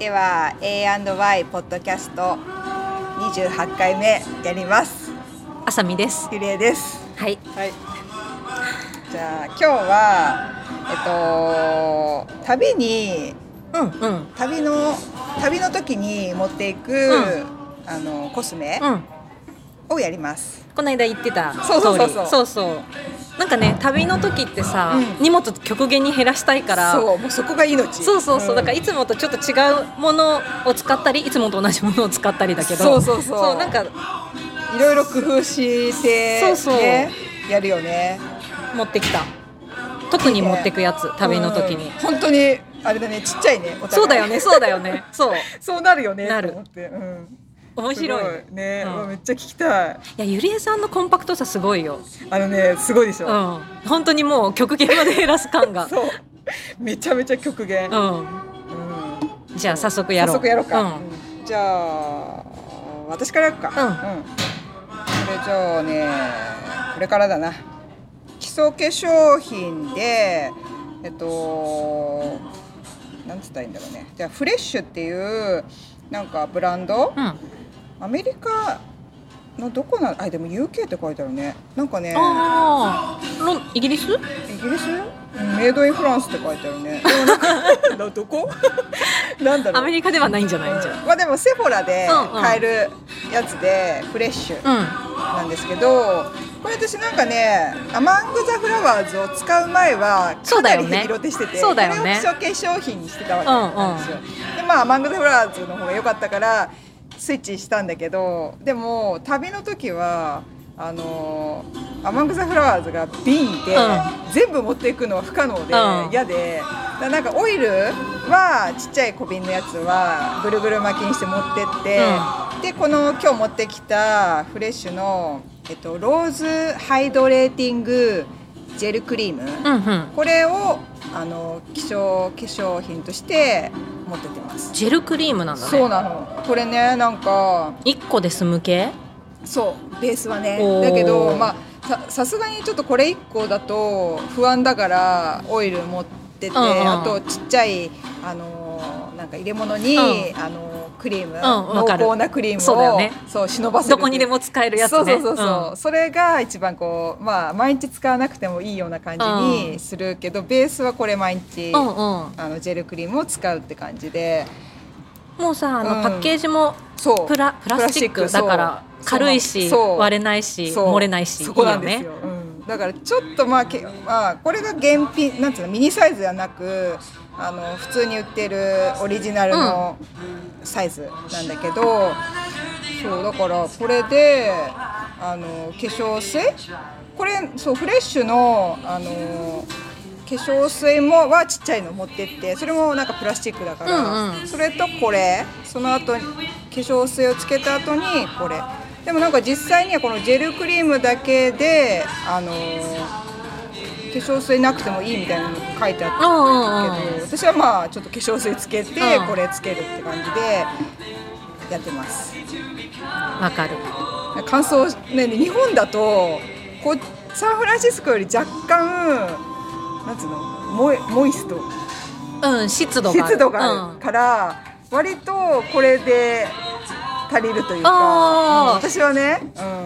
では A&Y ポッドキャスト28回目やります。 あさみです。 ゆりえです。 はい、 はい、じゃあ今日は旅に、旅の時に持っていく、コスメをやります。 この間言ってた通り。そうなんかね、旅の時ってさ、荷物極限に減らしたいから、 もうそこが命。 だからいつもとちょっと違うものを使ったり、いつもと同じものを使ったりだけど、なんかいろいろ工夫してね、やるよね。 持ってきた。特に持ってくやつ、旅の時に。 本当にあれだね、ちっちゃいね。 そうだよね。そうなるよね。 なる。面白いね、めっちゃ聞きたい。 いや、ゆりえさんのコンパクトさすごいよ。 すごいでしょ。 本当にもう極限まで減らす感が。 めちゃめちゃ極限。 じゃあ早速やろうか。 じゃあ私からやるか。これじゃあね、これからだな。基礎化粧品でなんつったらいいんだろうね。じゃあフレッシュっていうなんかブランド、アメリカのどこな、でも UK って書いてあるね。なんかね、 イギリス？ メイドインフランスって書いてあるね。どこ？なんだろう。 アメリカではないんじゃない？ でもセフォラで買えるやつでフレッシュなんですけど、これ私なんかね、アマングザフラワーズを使う前はかなりヘビロテしてて、これを基礎化粧品にしてたわけなんですよ。でアマングザフラワーズの方が良かったからスイッチしたんだけど、でも旅の時はアマングザフラワーズが瓶で、全部持っていくのは不可能で、嫌で、なんかオイルはちっちゃい小瓶のやつはぐるぐる巻きにして持ってって、でこの今日持ってきたフレッシュの、ローズハイドレーティングジェルクリーム、これを基礎化粧品として持っててます。 ジェルクリームなんだね。 そうなの。これね、なんか 1個で済む系？ そうベースはね。だけどさすがにちょっとこれ1個だと不安だからオイル持ってて、あとちっちゃいなんか入れ物に、クリーム、濃厚なクリームを忍ばせる。 どこにでも使えるやつね。 それが一番こう、毎日使わなくてもいいような感じにするけど、ベースはこれ毎日、ジェルクリームを使うって感じで、 もうさパッケージもプラスチックだから軽いし割れないし漏れないし、いいよね。 だからちょっとこれが現品なんつうの、ミニサイズじゃなく普通に売ってるオリジナルのサイズなんだけど、そうだからこれで化粧水、これフレッシュの化粧水はちっちゃいの持ってって、それもなんかプラスチックだから、それとこれ、その後に化粧水をつけた後にこれでもなんか実際にはこのジェルクリームだけで化粧水なくてもいいみたいなのが書いてあったけど、私はちょっと化粧水つけてこれつけるって感じでやってます。 わかる。 乾燥ね、日本だとサンフランシスコより若干なんつうの、モイスト、 湿度がある、 から割とこれで足りるというか、私はね、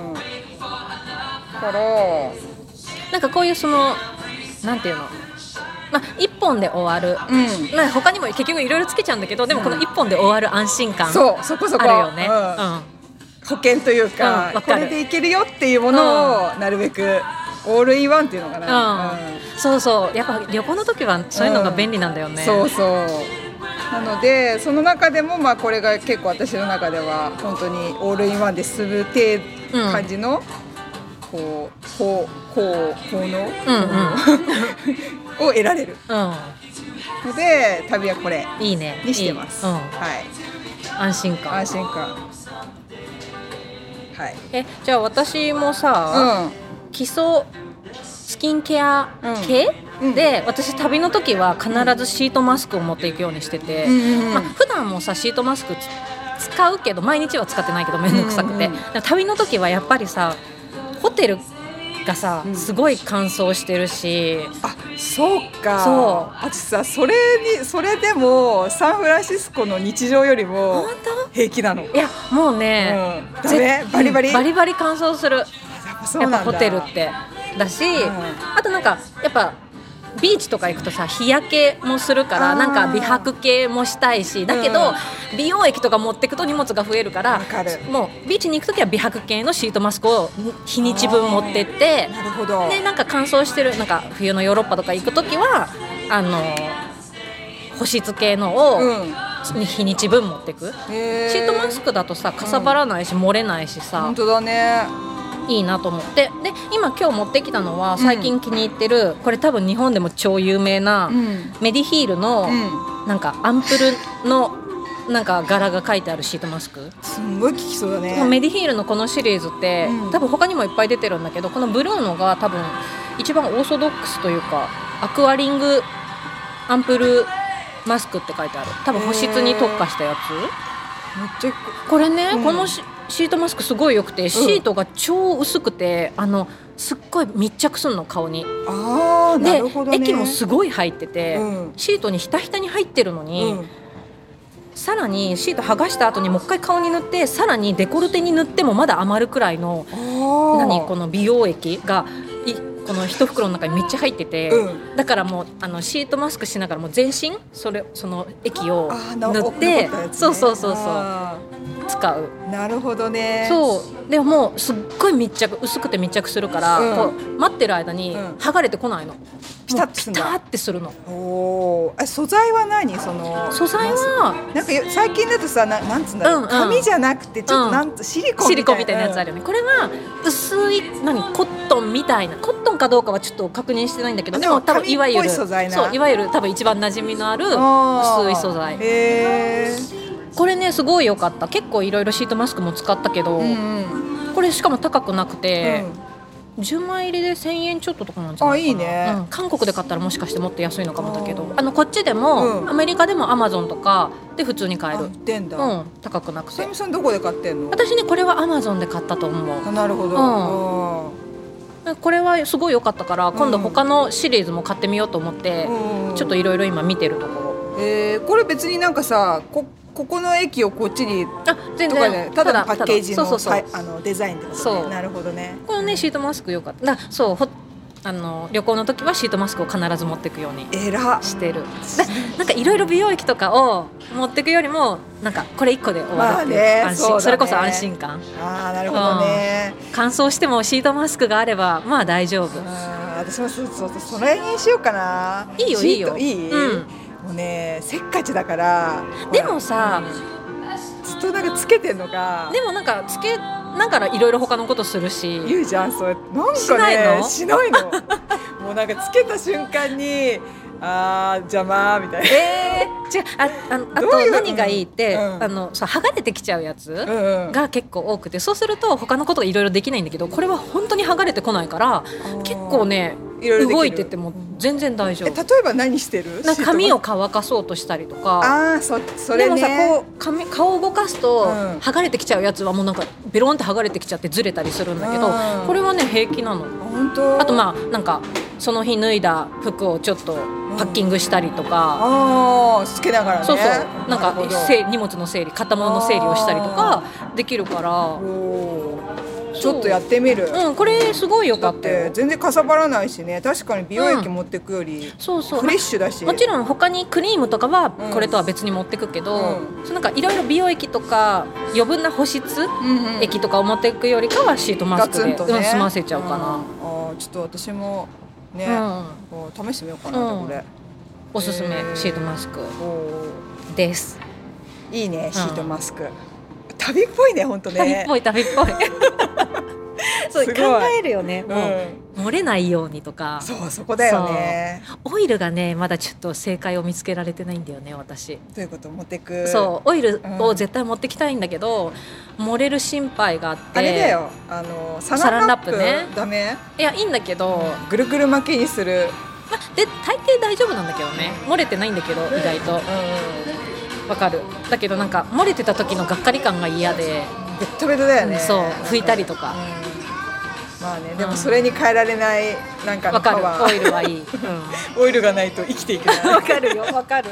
からなんかこういうなんていうの、1本で終わる、他にも結局いろいろつけちゃうんだけど、でもこの1本で終わる安心感そこあるよね。 保険というか、これでいけるよっていうものをなるべくオールインワンっていうのかな。 やっぱ旅行の時はそういうのが便利なんだよね。 なのでその中でもこれが結構私の中では本当にオールインワンで済む感じの効能を得られるので、旅はこれにしてます。安心感。 じゃあ私もさ、基礎スキンケア系、で私旅の時は必ずシートマスクを持っていくようにしてて、普段もさシートマスク使うけど毎日は使ってないけどめんどくさくて、旅の時はやっぱりさホテルがさ、すごい乾燥してるし。 あ、そうか。そう。私さ、それでもサンフランシスコの日常よりも平気なの。 いやもうね、 ダメ、バリバリ、 バリバリ乾燥する。 やっぱホテルってだし、あとなんかやっぱビーチとか行くとさ、日焼けもするからなんか美白系もしたいし、だけど、美容液とか持ってくと荷物が増えるから、もうビーチに行くときは美白系のシートマスクを日にち分持ってって、 なるほど。 でなんか乾燥してるなんか冬のヨーロッパとか行くときは保湿系のを、日にち分持ってく。シートマスクだとさ、かさばらないし、漏れないしさ。 本当だね。 いいなと思って、で今持ってきたのは最近気に入ってる、これ多分日本でも超有名な、メディヒールの、なんかアンプルのなんか柄が書いてあるシートマスク。 すんごい効きそうだね。 メディヒールのこのシリーズって、多分他にもいっぱい出てるんだけど、このブルーのが多分一番オーソドックスというか、アクアリングアンプルマスクって書いてある。多分保湿に特化したやつ。 めっちゃこれね、このシートマスクすごい良くて、シートが超薄くて、すっごい密着するの、顔に。 なるほどね。 液もすごい入ってて、シートにひたひたに入ってるのに、さらにシート剥がした後にもう一回顔に塗って、さらにデコルテに塗ってもまだ余るくらいのこの美容液がこの一袋の中にめっちゃ入ってて、だからもうシートマスクしながらもう全身その液を塗って、そう使う。 なるほどね。 そうでもうすっごい薄くて密着するから、こう待ってる間に剥がれてこないの。ピタッてするの。 素材は何？素材はなんか最近だとさ、なんつうんだろう、紙じゃなくてちょっとシリコンみたいなやつあるよね。これは薄いコットンみたいな、コットンかどうかはちょっと確認してないんだけど、でも多分いわゆる多分一番馴染みのある薄い素材。これねすごい良かった。結構いろいろシートマスクも使ったけど、これしかも高くなくて、10枚入りで1000円ちょっととかなんじゃないかな。いいね。韓国で買ったらもしかしてもっと安いのかもだけど、こっちでも、アメリカでもアマゾンとかで普通に買える。高くなくて。 さみさんどこで買ってんの？ 私ねこれはアマゾンで買ったと思う。 なるほど。 これはすごい良かったから、今度他のシリーズも買ってみようと思って、ちょっといろいろ今見てるところ。これ別になんかさ、ここの液をこっちに全然ただのパッケージのデザインってことね。なるほどね。 このねシートマスクよかった。旅行の時はシートマスクを必ず持っていくようにしてる。なんかいろいろ美容液とかを持っていくよりも、なんかこれ1個で終わるっていう安心、それこそ安心感。 なるほどね。 乾燥してもシートマスクがあればまあ大丈夫。 私もそれにしようかな。 いいよいいよ。 もうねせっかちだから。 でもさ、 ずっとなんかつけてんのか。 でもなんかつけながらいろいろ他のことするし。 言うじゃん、それなんかねしないの。もうなんかつけた瞬間に邪魔みたいな。 違う、あと何がいいって、剥がれてきちゃうやつが結構多くて、そうすると他のことがいろいろできないんだけど、これは本当に剥がれてこないから結構ね動いてても全然大丈夫。 例えば何してる？ 髪を乾かそうとしたりとか。 それね。 でもさ、顔を動かすと剥がれてきちゃうやつはもうなんかベロンって剥がれてきちゃってずれたりするんだけど、これはね平気なの。 本当？ あとなんかその日脱いだ服をちょっとパッキングしたりとか、 つけながらね。 そうなんか荷物の整理、買ったものの整理をしたりとかできるから、 ちょっとやってみる。 これすごい良かったよ。 全然かさばらないしね。確かに美容液持ってくよりフレッシュだし、 もちろん他にクリームとかはこれとは別に持ってくけど、なんかいろいろ美容液とか余分な保湿液とかを持っていくよりかはシートマスクで済ませちゃうかな。 ちょっと私もね、試してみようかな。これおすすめシートマスクです。 いいね、シートマスク。旅っぽいね、本当ね。 旅っぽい。そう考えるよね。漏れないようにとか。 そこだよね。 オイルがねまだちょっと正解を見つけられてないんだよね、私。 どういうこと？持ってく。 オイルを絶対持ってきたいんだけど、漏れる心配があって。 あれだよ、サランラップね。ダメ？ いやいいんだけど、 ぐるぐる巻きにする。 で大抵大丈夫なんだけどね。漏れてないんだけど意外と。わかる。だけどなんか漏れてた時のがっかり感が嫌で。 ベッドベッドだよね。 拭いたりとか。 まあね、でもそれに変えられないなんかのパワー。 オイルはいい、 オイルがないと生きていけない。 わかるよ、わかる。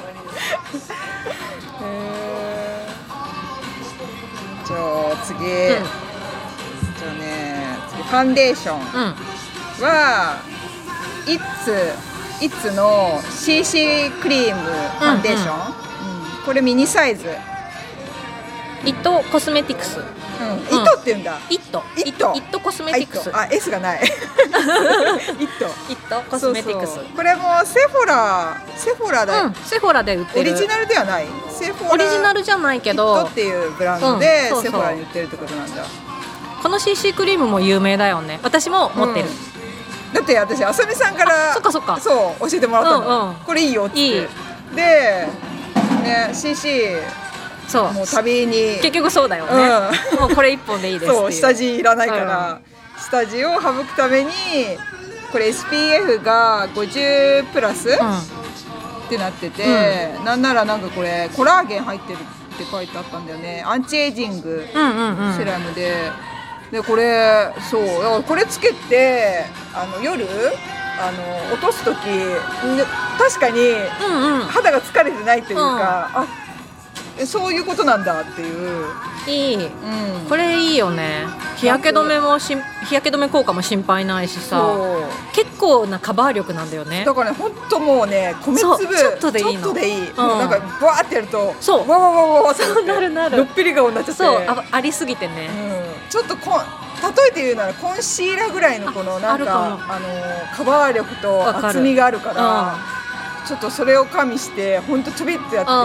じゃあ次、じゃあね、次ファンデーションは、イッツの CC クリームファンデーション、これミニサイズ。 イットコスメティクス。 イットって言うんだ。 イットコスメティクス。 あ、S がない。イットコスメティクス。 これもセフォラだ。 セフォラで売ってる。 オリジナルではない。 オリジナルじゃないけど、 イットっていうブランドでセフォラに売ってるってことなんだ。 この CC クリームも有名だよね。私も持ってる。 だって私あさみさんからそう教えてもらったの。これいいよって。で、ね CC。 そうもう旅に結局そうだよね、もうこれ一本でいいですっていう。 そう下地いらないから、下地を省くためにこれ SPF が50プラス、ってなってて、なんならなんかこれコラーゲン入ってるって書いてあったんだよね。アンチエイジングセラムで、これそうこれつけて夜落とす時確かに肌が疲れてないというか、そういうことなんだっていう。 いい、これいいよね。日焼け止め効果も心配ないしさ、結構なカバー力なんだよね。 だからね、ほんともうね、米粒ちょっとでいいの。 もうなんかバーってやるとそうわわわわそうなるのっぺり顔になっちゃって、 そうありすぎてね、 ちょっと例えて言うならコンシーラーぐらいのこのなんかカバー力と厚みがあるから、ちょっとそれを加味してほんとちょびっとやって、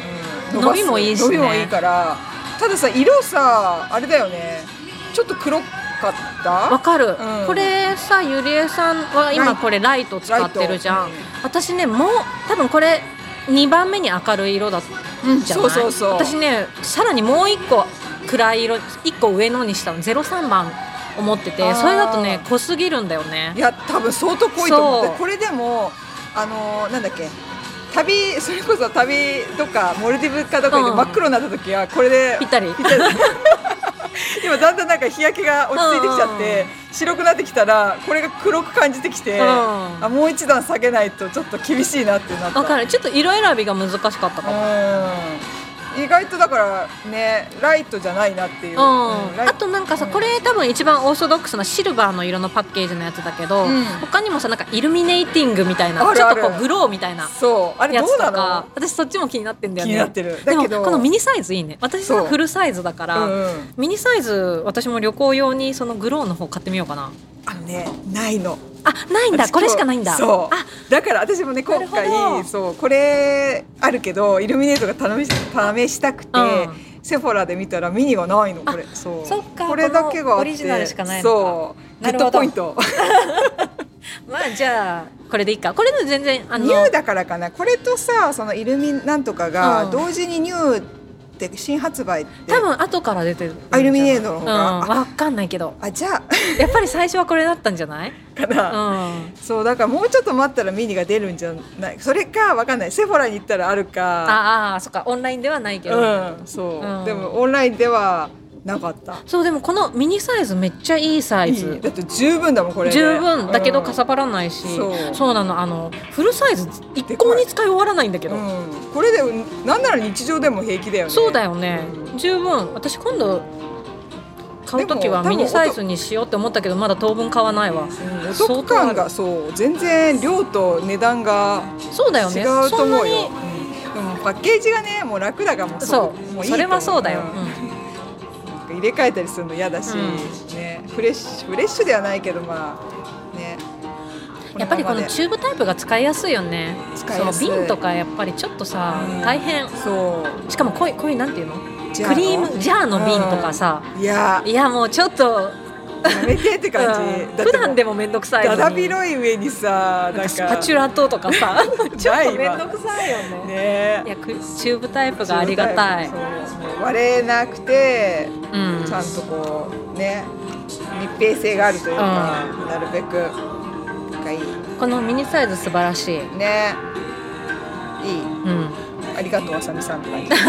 伸びもいいしね。 伸びもいいから。たださ、色さあれだよね、ちょっと黒かった。 わかる、これさ、ゆりえさんは今これライト使ってるじゃん。私ね、もう多分これ2番目に明るい色だったじゃない。そう私ね、さらにもう1個暗い色1個上のにしたの03番思ってて、それだとね濃すぎるんだよね。 いや多分相当濃いと思って。これでもなんだっけ、それこそ旅とかモルディブかどこかで真っ黒になった時はこれでぴったり今だんだんなんか日焼けが落ち着いてきちゃって白くなってきたらこれが黒く感じてきて、もう一段下げないとちょっと厳しいなってなった。 分かる。ちょっと色選びが難しかったかも。 意外とだからね、ライトじゃないなっていう、 あとなんかさ、これ多分一番オーソドックスなシルバーの色のパッケージのやつだけど、他にもさ、なんかイルミネーティングみたいな、ちょっとこうグローみたいなやつとか、私そっちも気になってんだよね。 気になってる。 だけどこのミニサイズいいね。私はフルサイズだから、ミニサイズ私も旅行用にそのグローの方買ってみようかな。 ないの。 ないんだ。これしかないんだ。 そうだから私もね、今回これあるけどイルミネートが試したくて、セフォラで見たらミニがないの。これそっか、 これだけがあって、 オリジナルしかないのか。 グッドポイント。 まあじゃあこれでいいか。これで全然ニューだからかな。これとさ、そのイルミなんとかが同時にニューって新発売って多分後から出てる。 イルミネートの方が分かんないけど、 じゃあやっぱり最初はこれだったんじゃないかな。そうだからもうちょっと待ったらミニが出るんじゃない。それか分かんない。セフォラに行ったらあるか。 そっか、オンラインではないけど、 でもオンラインではなかった。 そう、でもこのミニサイズめっちゃいいサイズ。 だって十分だもんこれ。 十分だけどかさばらないし、そうなの。フルサイズ一向に使い終わらないんだけど、 これでなんなら日常でも平気だよね。そうだよね、十分。私今度買うときはミニサイズにしようって思ったけど、まだ当分買わないわ。 お得感が全然量と値段が違うと思うよ。でもパッケージがね、もう楽だからもうそれはそうだよ。 入れ替えたりするの嫌だし、フレッシュではないけど、まあね。 やっぱりこのチューブタイプが使いやすいよね。瓶とかやっぱりちょっとさ、大変。しかもこういうなんていうの、クリームジャーの瓶とかさ、いやもうちょっとやめてって感じ。 普段でもめんどくさいのに、 だだ広い上にさ、なんかスパチュラとかさちょっとめんどくさいよね。いや、チューブタイプがありがたい。 割れなくて、ちゃんとこうね、密閉性があるというか、なるべくがいい。 このミニサイズ素晴らしいね。いい。ありがとうあさみさんって感じ。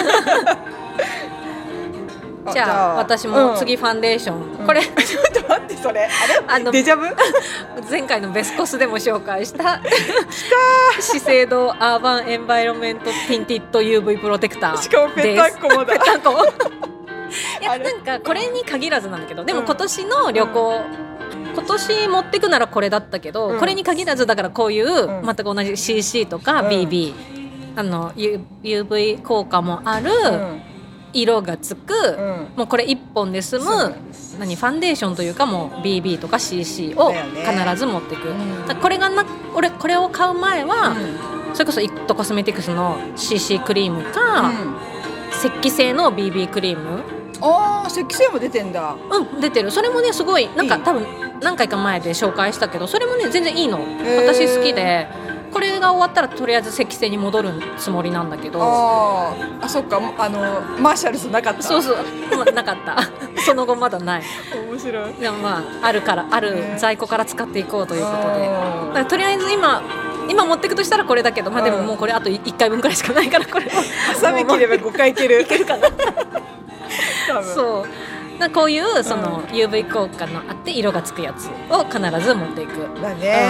じゃあ私も次ファンデーション、これちょっと待ってそれデジャブ前回のベスコスでも紹介した資生堂アーバンエンバイロメントティンティッド UV プロテクターです。 しかもぺったんこもだ。 ぺったんこいやなんかこれに限らずなんだけど、でも今年の旅行、今年持ってくならこれだったけど、これに限らずだからこういう全く同じ CC とか BB、UV 効果もある、色がつく、もうこれ1本で済む、ファンデーションというかもう BB とか CC を必ず持っていく、これが俺これを買う前は、それこそイットコスメティクスの CC クリームか、石器製の BB クリーム。 石器製も出てんだ。 出てる。それもねすごいなんか多分何回か前で紹介したけど、それもね全然いいの。私好きで、これが終わったらとりあえず石器製に戻るつもりなんだけど。 そっか、マーシャルズなかった。 そうなかったその後まだない。 面白い。 でもある在庫から使っていこうということで、だからとりあえず今持っていくとしたらこれだけど、でももうこれあと1回分くらいしかないから、これハサミ切れば5回いけるかなそうこういうその UV 効果のあって色がつくやつを必ず持っていくだね。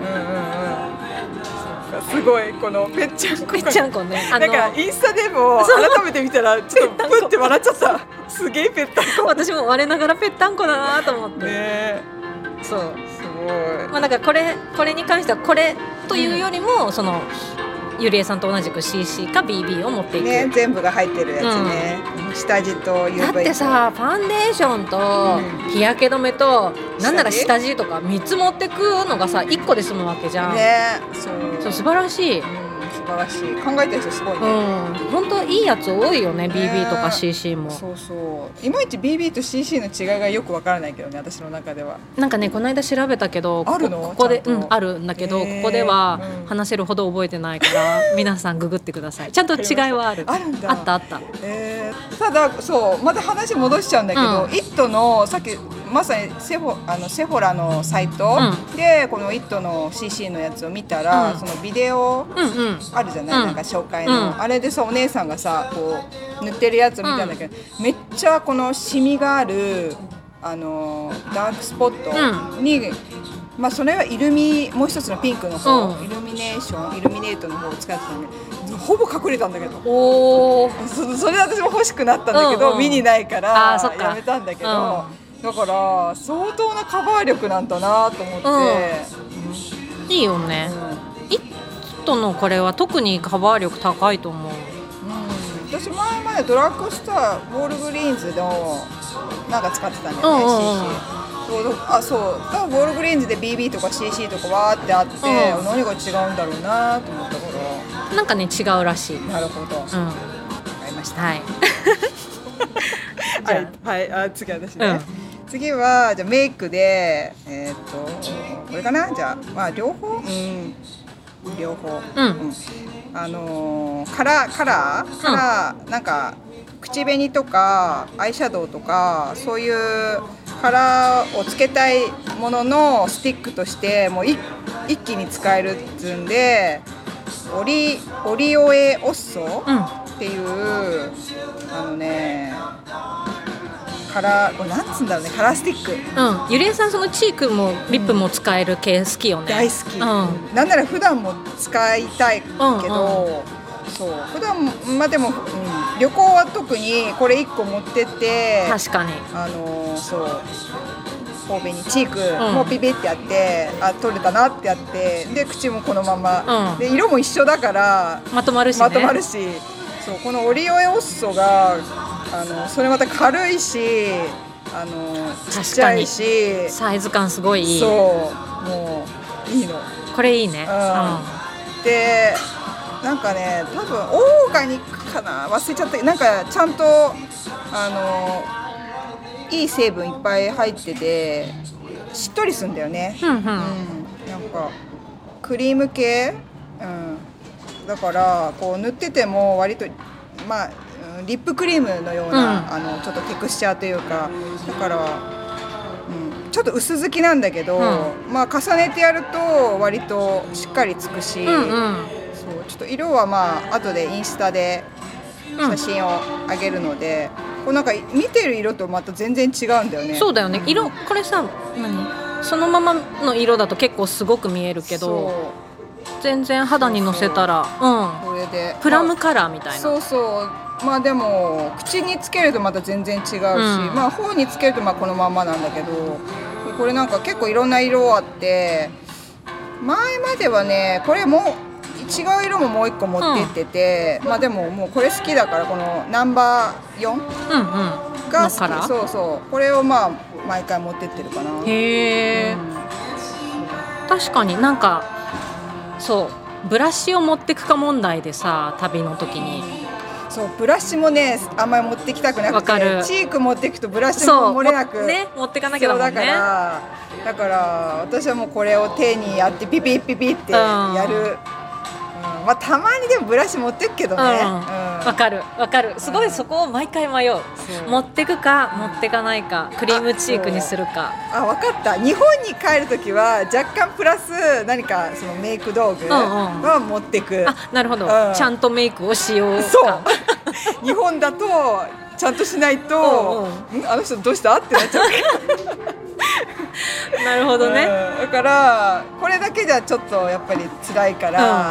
すごいこのぺっちゃんこね。 なんかインスタでも改めて見たらちょっとプンって笑っちゃった。すげえぺったんこ。 私も我ながらぺったんこだなと思ってね。 そうすごい。 だからこれに関してはこれというよりも、そのゆりえさんと同じく CC か BB を持っていく、 全部が入ってるやつね、下地と UV だってさ、ファンデーションと日焼け止めと、なんなら下地とか3つ持ってくのがさ1個で済むわけじゃんね。 そう素晴らしい、 素晴らしい。考えてる人すごいね。 本当いいやつ多いよね、BB とか CC も。 いまいち BB と CC の違いがよくわからないけどね、私の中では。 なんかね、この間調べたけど、 あるの？ ここであるんだけど、ここでは話せるほど覚えてないから皆さんググってください。ちゃんと違いはある。 あるんだ。 あった。 ただまた話戻しちゃうんだけど、イットのさっきまさにセフォラのサイトでこのイットの CC のやつを見たら、そのビデオあるじゃない、なんか紹介の、あれでさ、お姉さんがさこう塗ってるやつを見たんだけど、めっちゃこのシミがあるダークスポットに、それはもう一つのピンクの方、イルミネートの方を使ってたんで、ほぼ隠れたんだけど、それで私も欲しくなったんだけど、見にないからやめたんだけど、だから相当なカバー力なんだなと思って、 いいよね。イットのこれは特にカバー力高いと思う。 私前までドラッグストアウォールグリーンズのなんか使ってたんだよね、CC。そう、ウォールグリーンズで BB とか CC とかわーってあって、何が違うんだろうなと思ったから、 なんかね違うらしい。 なるほど、分かりました。 はいはい、次私ね、次はじゃあメイクでこれかな。じゃあ両方、カラーなんか口紅とかアイシャドウとかそういうカラーをつけたいもののスティックとしてもう一気に使えるっつうんで、オリオエオッソっていうカラー、なんつうんだろうね、カラースティック。 ゆりえさんそのチークもリップも使える系好きよね。 大好き。なんなら普段も使いたいけど、そう普段でも、旅行は特にこれ1個持ってって、 確かにそう神戸にチークもピピってやって、取れたなってやって、で口もこのまま、で色も一緒だからまとまるし、 そうこのオリオエオッソがそれまた軽いし、ちっちゃいし、 サイズ感すごいいい。 そうもういいの。 これいいね。 でなんかね、多分オーガニックかな、忘れちゃったけど、なんかちゃんといい成分いっぱい入っててしっとりするんだよね。なんかクリーム系、だからこう塗ってても割とリップクリームのような、ちょっとテクスチャーというか、だから、ちょっと薄付きなんだけど、重ねてやると割としっかりつくし、そうちょっと色は後でインスタで写真を上げるので、 こうなんか見てる色とまた全然違うんだよね。 そうだよね。色これさそのままの色だと結構すごく見えるけど、全然肌にのせたらこれでプラムカラーみたいな。 そうそう。まあでも口につけるとまた全然違うし、まあ頬につけるとまあこのままなんだけど、これなんか結構いろんな色あって、前まではねこれも違う色ももう一個持ってってて、まあでももうこれ好きだからこのナンバー4が好き。そうそう。これをまあ毎回持ってってるかな。 へえ。確かになんかそうブラシを持ってくか問題でさ、旅の時に。 そうブラシもねあんまり持ってきたくなくて、チーク持っていくとブラシも漏れなくね持ってかなきゃだもんね。 だから私はもうこれを手にやってピピッピピってやる。まあたまにでもブラシ持ってくけどね。 わかるわかる。すごいそこを毎回迷う。持ってくか持ってかないか、クリームチークにするか。 あ、分かった。日本に帰るときは若干プラス何かそのメイク道具は持ってく。 あ、なるほど。ちゃんとメイクをしようか。 そう日本だとちゃんとしないとあの人どうしたってなっちゃうなるほどね。 だからこれだけじゃちょっとやっぱり辛いから、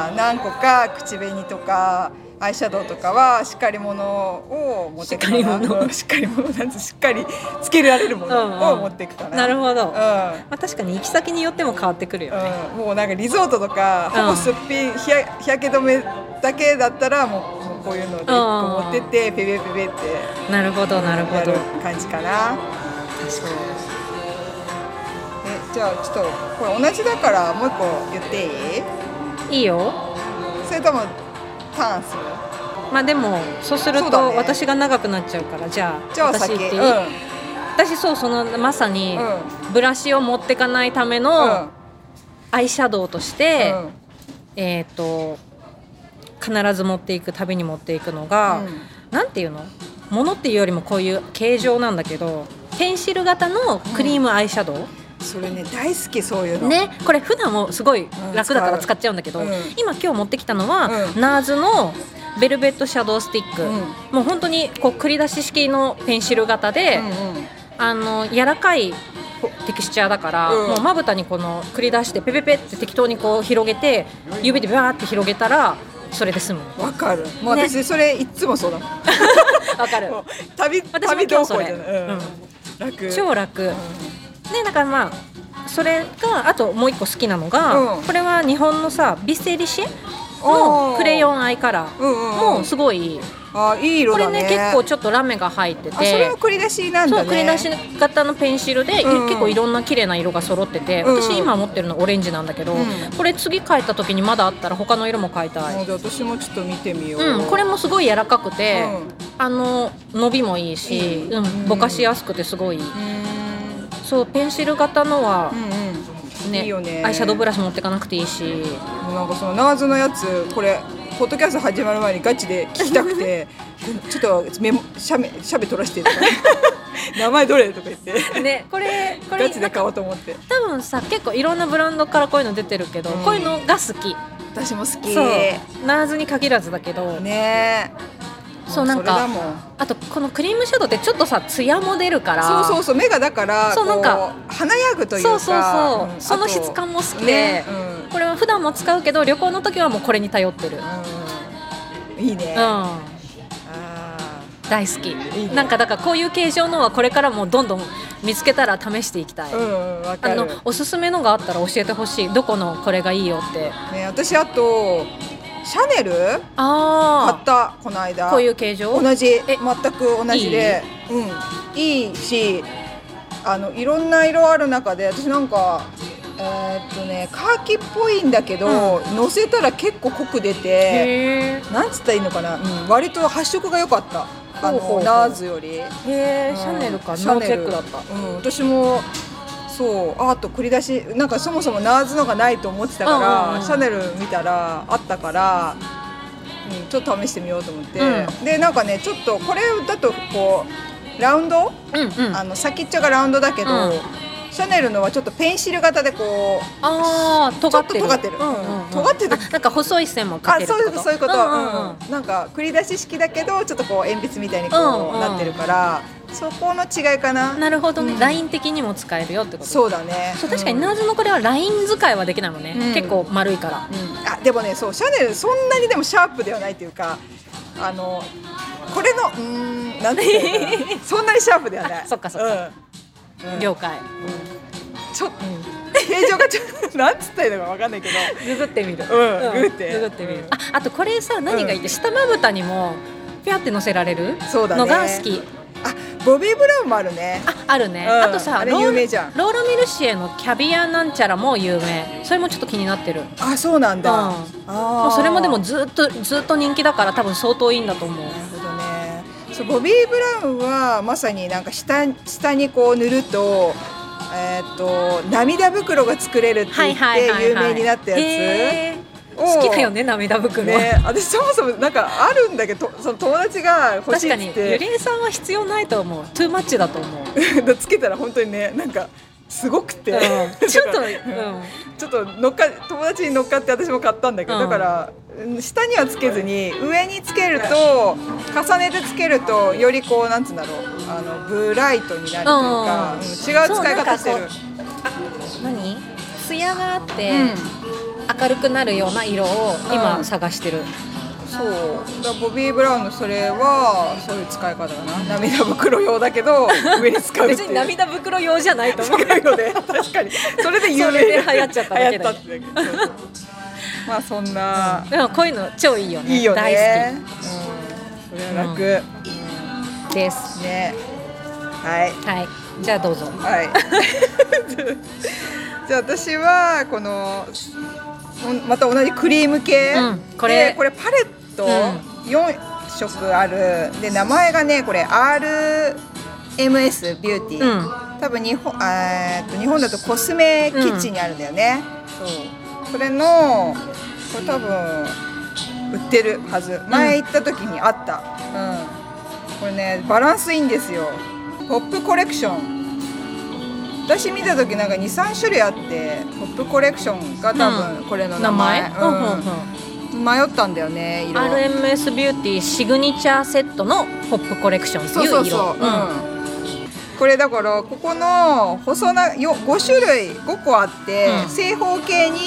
何個か口紅とかアイシャドウとかはしっかりものを持っていくかな。しっかりものなんてしっかりつけられるものを持っていくかな。 なるほど。まあ確かに行き先によっても変わってくるよね。 もうなんかリゾートとかほぼすっぴん日焼け止めだけだったらもうこういうので1個持ってってペペペペってなるほどなるほど感じかな。そう。じゃあちょっとこれ同じだからもう一個言っていい？いいよ。 それともターンする？ まあでもそうすると私が長くなっちゃうから、じゃあ私言っていい？私そのまさにブラシを持ってかないためのアイシャドウとして、必ず持っていく、旅に持っていくのが、なんていうの？ものっていうよりもこういう形状なんだけど、ペンシル型のクリームアイシャドウ。 それね大好き、そういうのね。これ普段もすごい楽だから使っちゃうんだけど、今日持ってきたのは、ナーズのベルベットシャドウスティック、もう本当にこう繰り出し式のペンシル型で、柔らかいテクスチャーだから、もうまぶたにこの繰り出してペペペって適当にこう広げて指でバーって広げたらそれで済む。 わかる。もう私それいつもそうだもん。 わかる。 旅どこじゃない。楽。 超楽。でだからまあそれがあともう一個好きなのが、これは日本のさビセリシェのクレヨンアイカラーもすごいいい色だね。これね結構ちょっとラメが入ってて、 それも繰り出しなんだね。 そう繰り出し型のペンシルで、結構いろんな綺麗な色が揃ってて、私今持ってるのオレンジなんだけど、これ次変えた時にまだあったら他の色も変えたい。 私もちょっと見てみよう。 これもすごい柔らかくて、伸びもいいし、ぼかしやすくてすごいいい。そうペンシル型のは、ね、いいよね。アイシャドウブラシ持ってかなくていいし、 なんかそのナーズのやつ、これポッドキャスト始まる前にガチで聞きたくてちょっと写メ撮らせてとか名前どれとか言ってね、これガチで買おうと思って。 多分さ結構いろんなブランドからこういうの出てるけど、こういうのが好き。 私も好き。 そうナーズに限らずだけどね。 そうなんかあとこのクリームシャドウってちょっとさツヤも出るから、 そう目がだからそうなんか華やぐというか、 その質感も好きで、これは普段も使うけど旅行の時はもうこれに頼ってる。 いいね。 大好き。なんかだからこういう形状のはこれからもどんどん見つけたら試していきたい。おすすめのがあったら教えてほしい。どこのこれがいいよって。 ね、私あとシャネル買ったこの間。こういう形状？ 同じ、全く同じで、いいし、いろんな色ある中で私なんかカーキっぽいんだけど、のせたら結構濃く出て、なんつったらいいのかな、割と発色が良かった。ナーズより。 シャネルか。ノーチェックだった。 私も。そうあと繰り出しなんかそもそもナーズのがないと思ってたから、シャネル見たらあったから、ちょっと試してみようと思って、でなんかねちょっとこれだとこうラウンド、先っちょがラウンドだけど、 シャネルのはちょっとペンシル型でこう尖ってる、 尖ってる、尖ってる、 なんか細い線も描けるってこと。 そういうこと、なんか繰り出し式だけどちょっとこう鉛筆みたいにこうなってるから、そこの違いかな。 なるほどね、ライン的にも使えるよってこと。 そうだね。 そう、確かにナーズのこれはライン使いはできないもんね、結構丸いから。 でもね、そうシャネルそんなにでもシャープではないっていうか、これのなんていうかそんなにシャープではない。 そっかそっか、了解。 ちょっと形状がちょっとなんつったらいいのか分かんないけど、 ググってみる。 ググってみる。あとこれさ、何がいいって下まぶたにもピャって乗せられるのが好き。 ボビー・ブラウンもあるね。 あるね。あとさ、ローラ・ミルシエのキャビアなんちゃらも有名。それもちょっと気になってる。 そうなんだ。 もうそれもでもずっと人気だから多分相当いいんだと思う。なるほどね。そう、ボビー・ブラウンはまさになんか下にこう塗ると涙袋が作れるって言って有名になったやつ。 好きだよね、涙袋ね。私そもそもなんかあるんだけど、その友達が欲しいって。 確かにゆりえさんは必要ないと思う。トゥーマッチだと思う。 つけたら本当にね、なんかすごくて、 ちょっと友達に乗っかって私も買ったんだけど、だから下にはつけずに上につけると、重ねてつけるとよりこうなんつうんだろう、ブライトになるというか、違う使い方してる。 何？ツヤがあって。明るくなるような色を今探してる。 そうだ、ボビー・ブラウンのそれはそういう使い方かな。涙袋用だけど上に使うっていう。 別に涙袋用じゃないと思うよね。確かにそれで有名で流行っちゃっただけだけど。 まあそんな、 でもこういうの超いいよね。 いいよね。 大好き。 それは楽ですね。はい、 じゃあどうぞ。 じゃあ私はこのまた同じクリーム系、これパレット4色ある。で名前がね、これ RMS ビューティー、多分日本だとコスメキッチンにあるんだよね。それのこれ多分売ってるはず。前行った時にあった。これねバランスいいんですよ。ポップコレクション。私見た時なんか 2,3 種類あって、ポップコレクションが多分これの名前。迷ったんだよね、色。 RMS ビューティーシグニチャーセットのポップコレクションっていう色。 これだからここの細な5種類5個あって、正方形に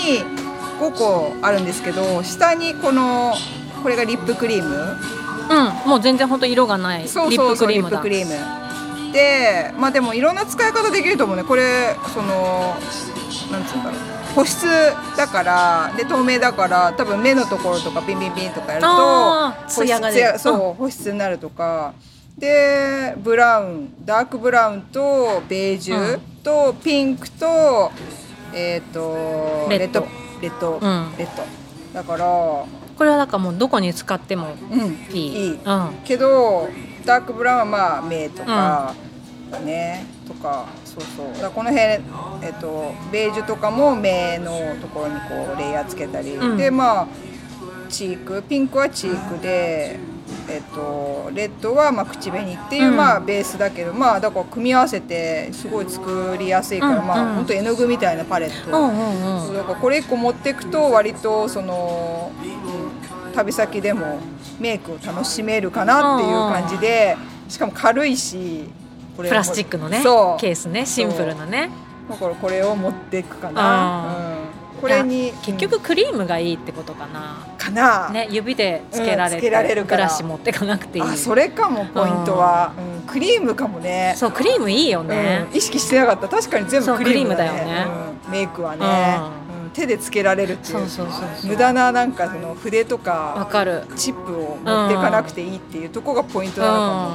5個あるんですけど、下にこれがリップクリーム。 もう全然本当色がないリップクリームだ。 で、まあでもいろんな使い方できると思うね。これなんつうんだろう、保湿だからで透明だから、多分目のところとかピンピンピンとかやるとツヤが出る。 保湿になるとかで、ダークブラウンとベージュとピンクとレッドだから、これはだからもうどこに使ってもいい。 けどダークブラウンはまあ目とかだね、とか、そうだからこの辺ベージュとかも目のところにこうレイヤーつけたり、でまあピンクはチークで、レッドはまあ口紅っていうまあベースだけど、まあだから組み合わせてすごい作りやすいから、まあ本当絵の具みたいなパレット。だからこれ1個持っていくと割と旅先でもメイクを楽しめるかなっていう感じで、しかも軽いし、これプラスチックのねケースね、シンプルなね。 だからこれを持っていくかな。これに結局クリームがいいってことかな。ね、指でつけられるブラシ持ってかなくていい。 それかもポイントは、クリームかもね。 そう、クリームいいよね。 意識してなかった。確かに全部クリームだよね。 メイクはね。手でつけられるっていう、無駄ななんか筆とかチップを持っていかなくていいっていうところがポイントなのかも。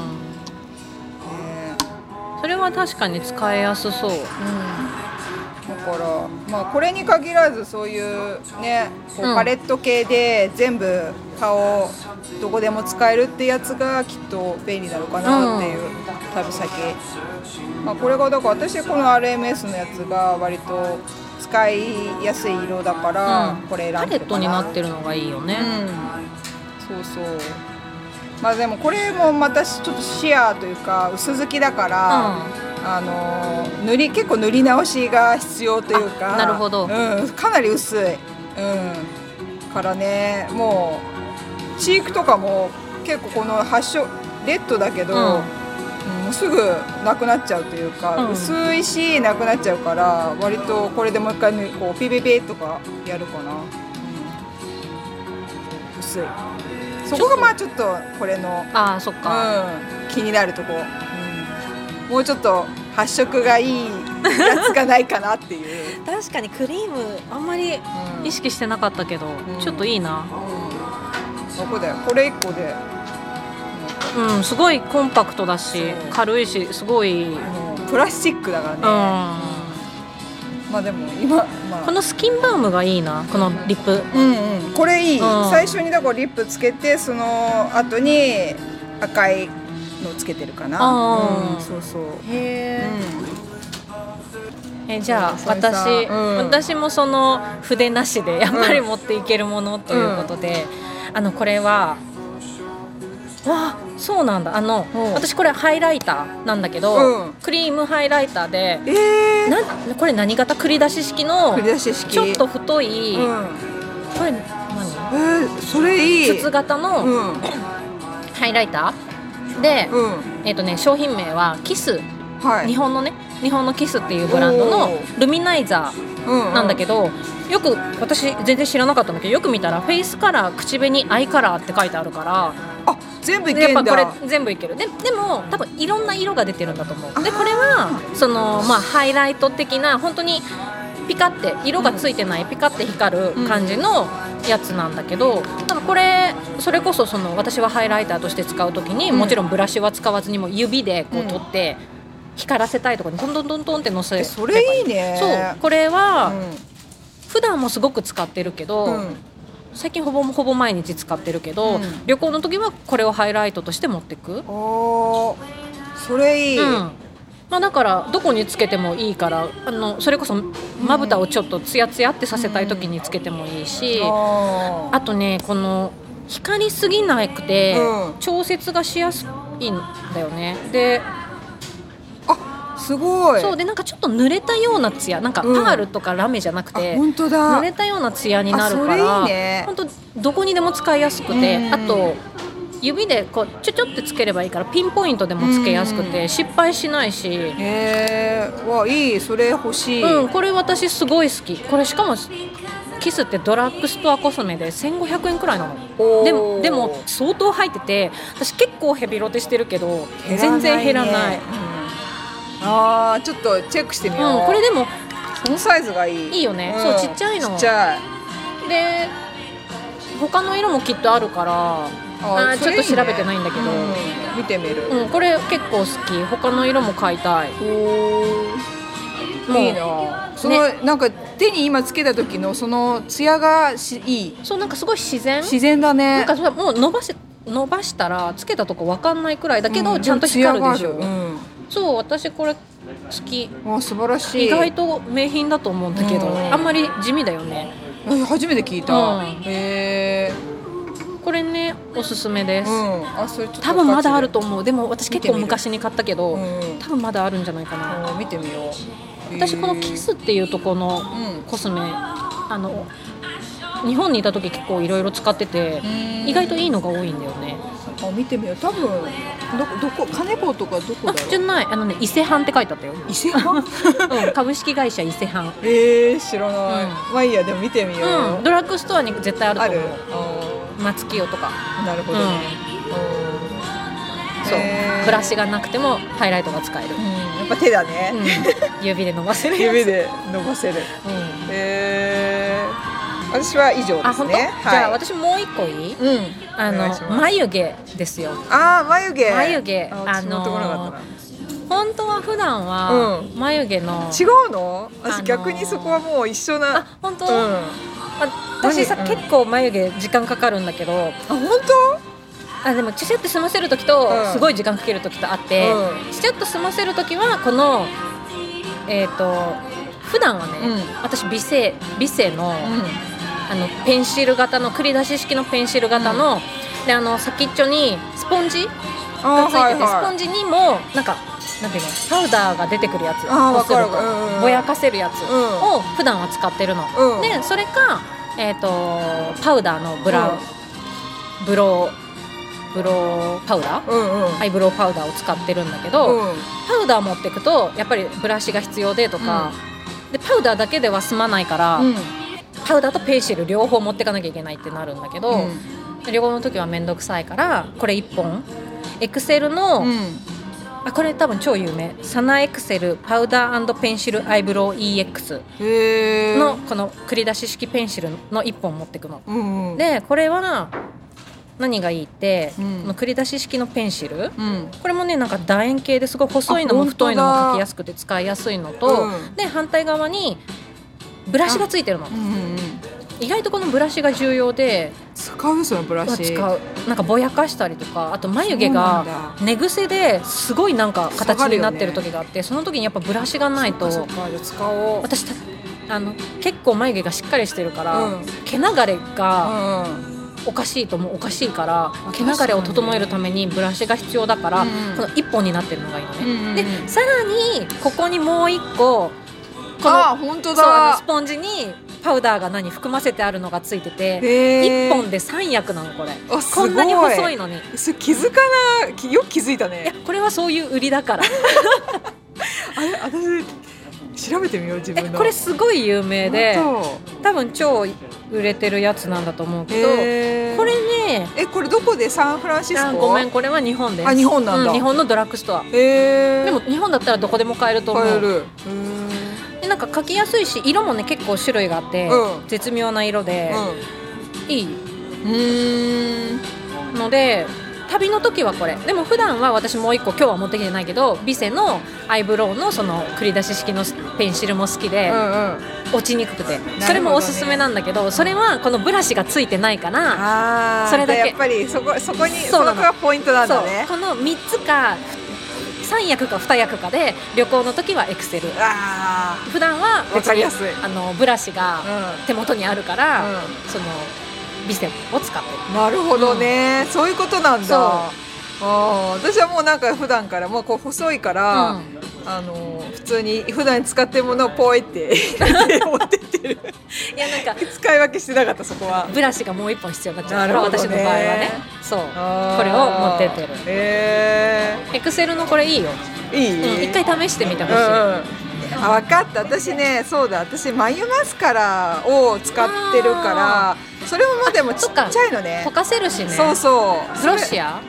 それは確かに使いやすそう。 だからまあこれに限らずそういうね、パレット系で全部顔どこでも使えるってやつがきっと便利なのかなっていう旅先。まあこれがだから私この RMS のやつが割と使いやすい色だから、これ選んでるかな。 パレットになってるのがいいよね。 そう。まあでもこれもまたちょっとシアーというか薄付きだから、 結構塗り直しが必要というか、 なるほど、 かなり薄い、からね、もうチークとかも結構この発色レッドだけど、もうすぐなくなっちゃうというか、薄いしなくなっちゃうから、割とこれでもう一回こうピピピとかやるかな、薄い。そこがまあちょっとこれのそっか、 気になるとこ、もうちょっと発色がいいやつがないかなっていう確かにクリームあんまり意識してなかったけど、ちょっといいな、 そこだよ、これ1個で、 すごいコンパクトだし軽いし、すごいプラスチックだからね、まあでも今、 このスキンバームがいいな、このリップ、 これいい、最初にだからリップつけて、その後に赤いのつけてるかな、そうそう、へえ、じゃあ私もその筆なしでやっぱり持っていけるものということで、これはそうなんだ、私これハイライターなんだけど、クリームハイライターで、これ何型、繰り出し式のちょっと太い、これ何、 それいい、 筒型のハイライターで、商品名はキス、日本のキスっていうブランドのルミナイザーなんだけど、よく私全然知らなかったんだけど、よく見たらフェイスカラー、口紅、アイカラーって書いてあるから、 全部いけるんだ。 やっぱこれ全部いける。でも多分いろんな色が出てるんだと思う。でこれはそのハイライト的な、本当にピカって色がついてない、ピカって光る感じのやつなんだけど、多分これそれこそ私はハイライターとして使うときに、もちろんブラシは使わずにも指でこう取って光らせたいところにトントントントンってのせて、 それいいね。 そう、これは普段もすごく使ってるけど、最近ほぼ毎日使ってるけど、旅行の時はこれをハイライトとして持ってく。 それいい、 だからどこにつけてもいいから、それこそまぶたをちょっとツヤツヤってさせたい時につけてもいいし、あとね、この光りすぎなくて調節がしやすいんだよね。ですごい。 そうで、なんかちょっと濡れたようなツヤ、なんかパールとかラメじゃなくて、 本当だ、 濡れたようなツヤになるから、 それいいね、 本当どこにでも使いやすくて、あと指でこうちょちょってつければいいから、ピンポイントでもつけやすくて失敗しないし、 いい、それ欲しい。 これ私すごい好き。これしかもキスってドラッグストアコスメで1500円くらいなの。でも相当入ってて、私結構ヘビロテしてるけど全然減らない。 ちょっとチェックしてみよう。 これでもそのサイズがいい。 いいよね。そう、ちっちゃいの。 ちっちゃい。 で他の色もきっとあるから、ちょっと調べてないんだけど、 見てみる。 これ結構好き。他の色も買いたい。 いいな。なんか手に今つけた時のそのツヤがいい。 そう、なんかすごい自然だね。 なんかそれもう伸ばしたらつけたとこ分かんないくらいだけど、ちゃんと光るでしょ。そう、私これ好き。 素晴らしい。 意外と名品だと思うんだけど、あんまり地味だよね。 初めて聞いた。 これね、おすすめです。 それちょっと多分まだあると思う。でも私結構昔に買ったけど、多分まだあるんじゃないかな。 見てみよう。 私このキスっていうとこのコスメ、日本にいた時結構いろいろ使ってて、意外といいのが多いんだよね。 見てみよう。多分どこ、カネボウとかどこだろう。 じゃない、伊勢藩って書いてあったよ。 伊勢藩株式会社伊勢藩。 知らない。まあいいや、でも見てみよう。 ドラッグストアに絶対あると思う。松清とか。 なるほどね。 そう、ブラシがなくてもハイライトが使える。 やっぱ手だね。 指で伸ばせる。 指で伸ばせる。私は以上ですね。 じゃあ私もう一個いい？眉毛ですよ。 眉毛。 本当は普段は眉毛の違うの？私逆にそこはもう一緒な。 本当？私さ、結構眉毛時間かかるんだけど。 本当？ でもチュシャって済ませる時とすごい時間かける時とあって、チュシャっと済ませる時はこの普段はね、私美声のペンシル型の繰り出し式のペンシル型の、で先っちょにスポンジがついてて、スポンジにもなんかなんていうの、パウダーが出てくるやつ、 わかる、 ぼやかせるやつを普段は使ってるの、でそれか、パウダーのブローパウダー、アイブロウパウダーを使ってるんだけど、パウダー持っていくとやっぱりブラシが必要でとか、でパウダーだけでは済まないから、パウダーとペンシル両方持っていかなきゃいけないってなるんだけど、旅行の時はめんどくさいからこれ1本エクセルの、これ多分超有名、サナエクセルパウダー&ペンシルアイブロウ EX のこの繰り出し式ペンシルの1本持ってくの、でこれは何がいいって、この繰り出し式のペンシル、これもねなんか楕円形ですごい細いのも太いのも描きやすくて使いやすいのと、で反対側にブラシがついてるの、意外とこのブラシが重要で、 使うそのブラシ使う、なんかぼやかしたりとか、あと眉毛が寝癖ですごいなんか形になってる時があって、その時にやっぱブラシがないと、私結構眉毛がしっかりしてるから、毛流れがおかしいともおかしいから、毛流れを整えるためにブラシが必要だから、この1本になってるのがいいのね、でさらにここにもう1個この本当だ、 スポンジにパウダーが含ませてあるのがついてて、1本で3役なのこれ。こんなに細いのに。 それ気づかないよく気づいたね。 いやこれはそういう売りだからあれ私調べてみよう自分の。 これすごい有名で多分超売れてるやつなんだと思うけど、これねこれどこで、サンフランシスコ？ ごめん、これは日本です。 日本なんだ、 日本のドラッグストア。でも日本だったらどこでも買えると思う。 買える。 でなんか描きやすいし、色もね結構種類があって、絶妙な色で、いいので旅の時はこれ。でも普段は私もう一個今日は持ってきてないけど、ビセのアイブロウのその繰り出し式のペンシルも好きで、落ちにくくて、それもおすすめなんだけど、それはこのブラシがついてないから、それだけ。やっぱりそこにそこがポイントなんだね。 この3つか3役か2役かで、旅行の時はエクセル、普段は別にブラシが手元にあるから、そのビセを使ってる。 なるほどね、そういうことなんだ。私はもうなんか普段からもうこう細いから、普通に普段使ってるものをポイって持ってってる。いやなんか使い分けしてなかった、そこは。 ブラシがもう一本必要になっちゃうから、私の場合はね。そう、これを持ってってる。エクセルのこれいいよ。一回試してみてほしい。 分かった。私ね、そうだ、私眉マスカラを使ってるから、それもでもちっちゃいのね。 溶かせるしね。 そうそう。 グロシア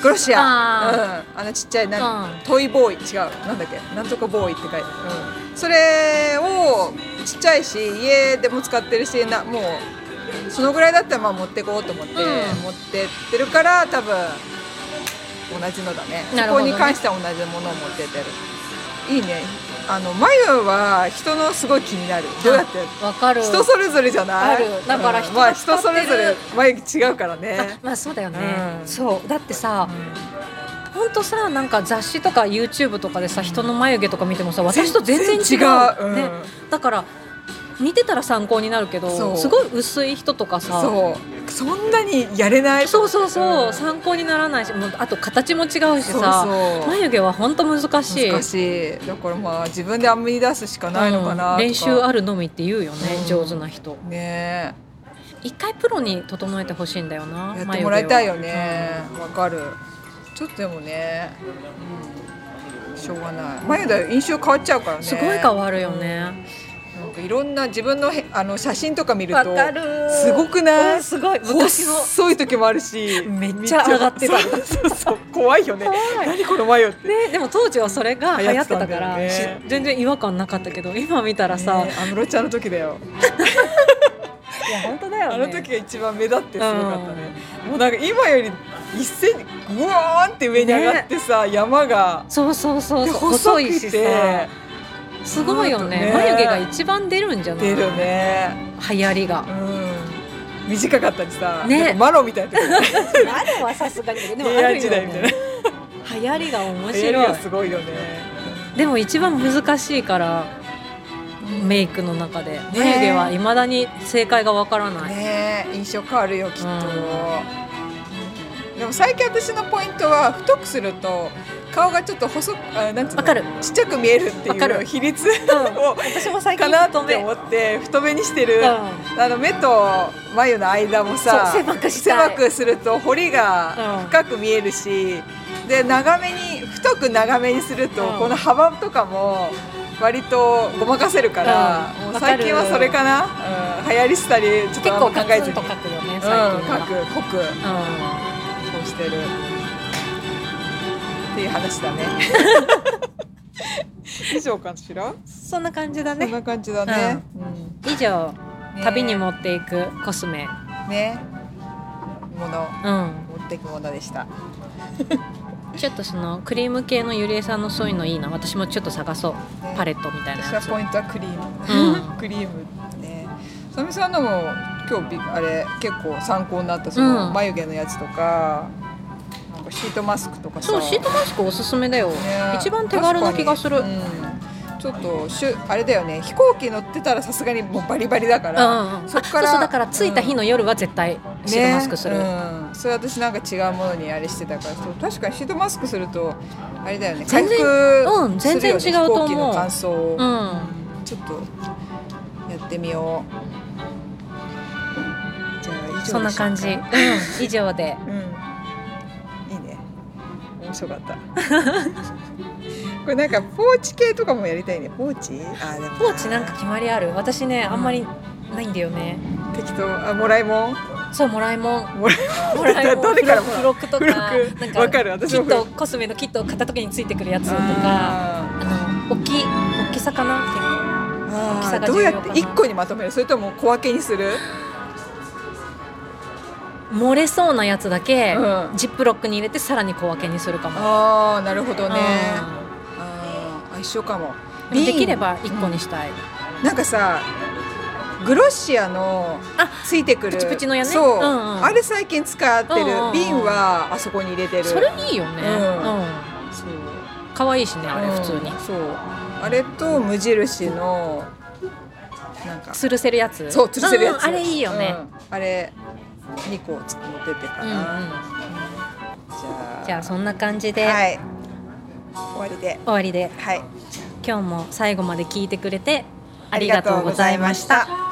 ちっちゃいトイボーイ、違う、なんだっけ、なんとかボーイって書いてある、それをちっちゃいし家でも使ってるし、もうそのぐらいだったら持ってこうと思って、持ってってるから、多分同じのだね。そこに関しては同じものを持ってってる。いいね。眉は人のすごい気になる。どうやって？ わかる。 人それぞれじゃない？ だから人それぞれ眉毛違うからね。 そうだよね。そうだってさ、本当さ、なんか雑誌とか YouTube とかでさ、人の眉毛とか見てもさ、私と全然違うね。だから似てたら参考になるけど、すごい薄い人とかさ、 そんなにやれない。 そう参考にならないし、あと形も違うしさ、眉毛は本当難しい。 だから自分で編み出すしかないのかな。 練習あるのみって言うよね、上手な人ね。 一回プロに整えてほしいんだよな。 やってもらいたいよね。わかる。ちょっとでもね、しょうがない。眉毛印象変わっちゃうからね。 すごい変わるよね。 なんかいろんな自分の写真とか見るとすごくない？ すごい。昔の細い時もあるし、 めっちゃ上がってた。 そう怖いよね。何この眉って。 でも当時はそれが流行ってたから全然違和感なかったけど、今見たらさ、 安室ちゃんの時だよ。 いや本当だよね。 あの時が一番目立ってすごかったね。もうなんか今より1センチグワーンって上に上がってさ、山がそう細いしさ、すごいよね。眉毛が一番出るんじゃない？ 出るね。 流行りが。 短かったりさ、マロみたいな。 マロはさすがにでも平安時代みたいな。 流行りが面白い。 流行りがすごいよね。 でも一番難しいから。メイクの中で眉毛は未だに正解がわからない。 印象変わるよきっと。でも最近私のポイントは、太くすると顔がちょっと細くなんつうのちっちゃく見えるっていう比率を、 私も最近かなって思って太めにしてる、目と眉の間もさ狭くすると彫りが深く見えるし、で太く長めにするとこの幅とかも割とごまかせるから、もう最近はそれかな、流行りしたりちょっとあんま考えずに結構ガツンと描くよね最近は、 濃く、そうしてるっていう話だね以上かしら。 そんな感じだね。 そんな感じだね、 以上、旅に持っていくコスメね持っていくものでしたちょっとそのクリーム系のゆりえさんのそういうのいいな、私もちょっと探そう、パレットみたいなやつ。 私はポイントはクリーム、クリームね。さみさんのも今日あれ結構参考になったその眉毛のやつとか、なんかシートマスクとかさ。 そう、シートマスクおすすめだよ、一番手軽な気がする。 ちょっとあれだよね、飛行機乗ってたらさすがにもうバリバリだから、そっからそうだから着いた日の夜は絶対シートマスクする、 それ私なんか違うものにあれしてたから、確かにシートマスクするとあれだよね、回復するよね、 全然違うと思う。 飛行機の乾燥を、ちょっとやってみよう。じゃあ以上でしょうか。 そんな感じ、以上で、 いいね、面白かったこれなんかポーチ系とかもやりたいね。ポーチ？でもポーチなんか決まりある？私ね、あんまりないんだよね。 適当。もらいもん？そう、 もらいもん。 誰からも付録とか、なんかわかる。私もコスメのキットを買った時についてくるやつとか、大きさかな、結構。大きさが重要かな。 どうやって1個にまとめる？それとも小分けにする？ 漏れそうなやつだけ、ジップロックに入れてさらに小分けにするかも。 なるほどね。一緒かも。 できれば1個にしたい。 なんかさ、グロッシアのついてくるプチプチのやね。 そう、あれ最近使ってる。瓶はあそこに入れてる。 それいいよね。そう。可愛いしね、あれ普通に。 そう。あれと無印のなんか吊るせるやつ。 そう、吊るせるやつ。 あれいいよね。 あれ2個持ってってかな。 じゃあそんな感じで。 はい。終わりで、はい、 今日も最後まで聞いてくれてありがとうございました。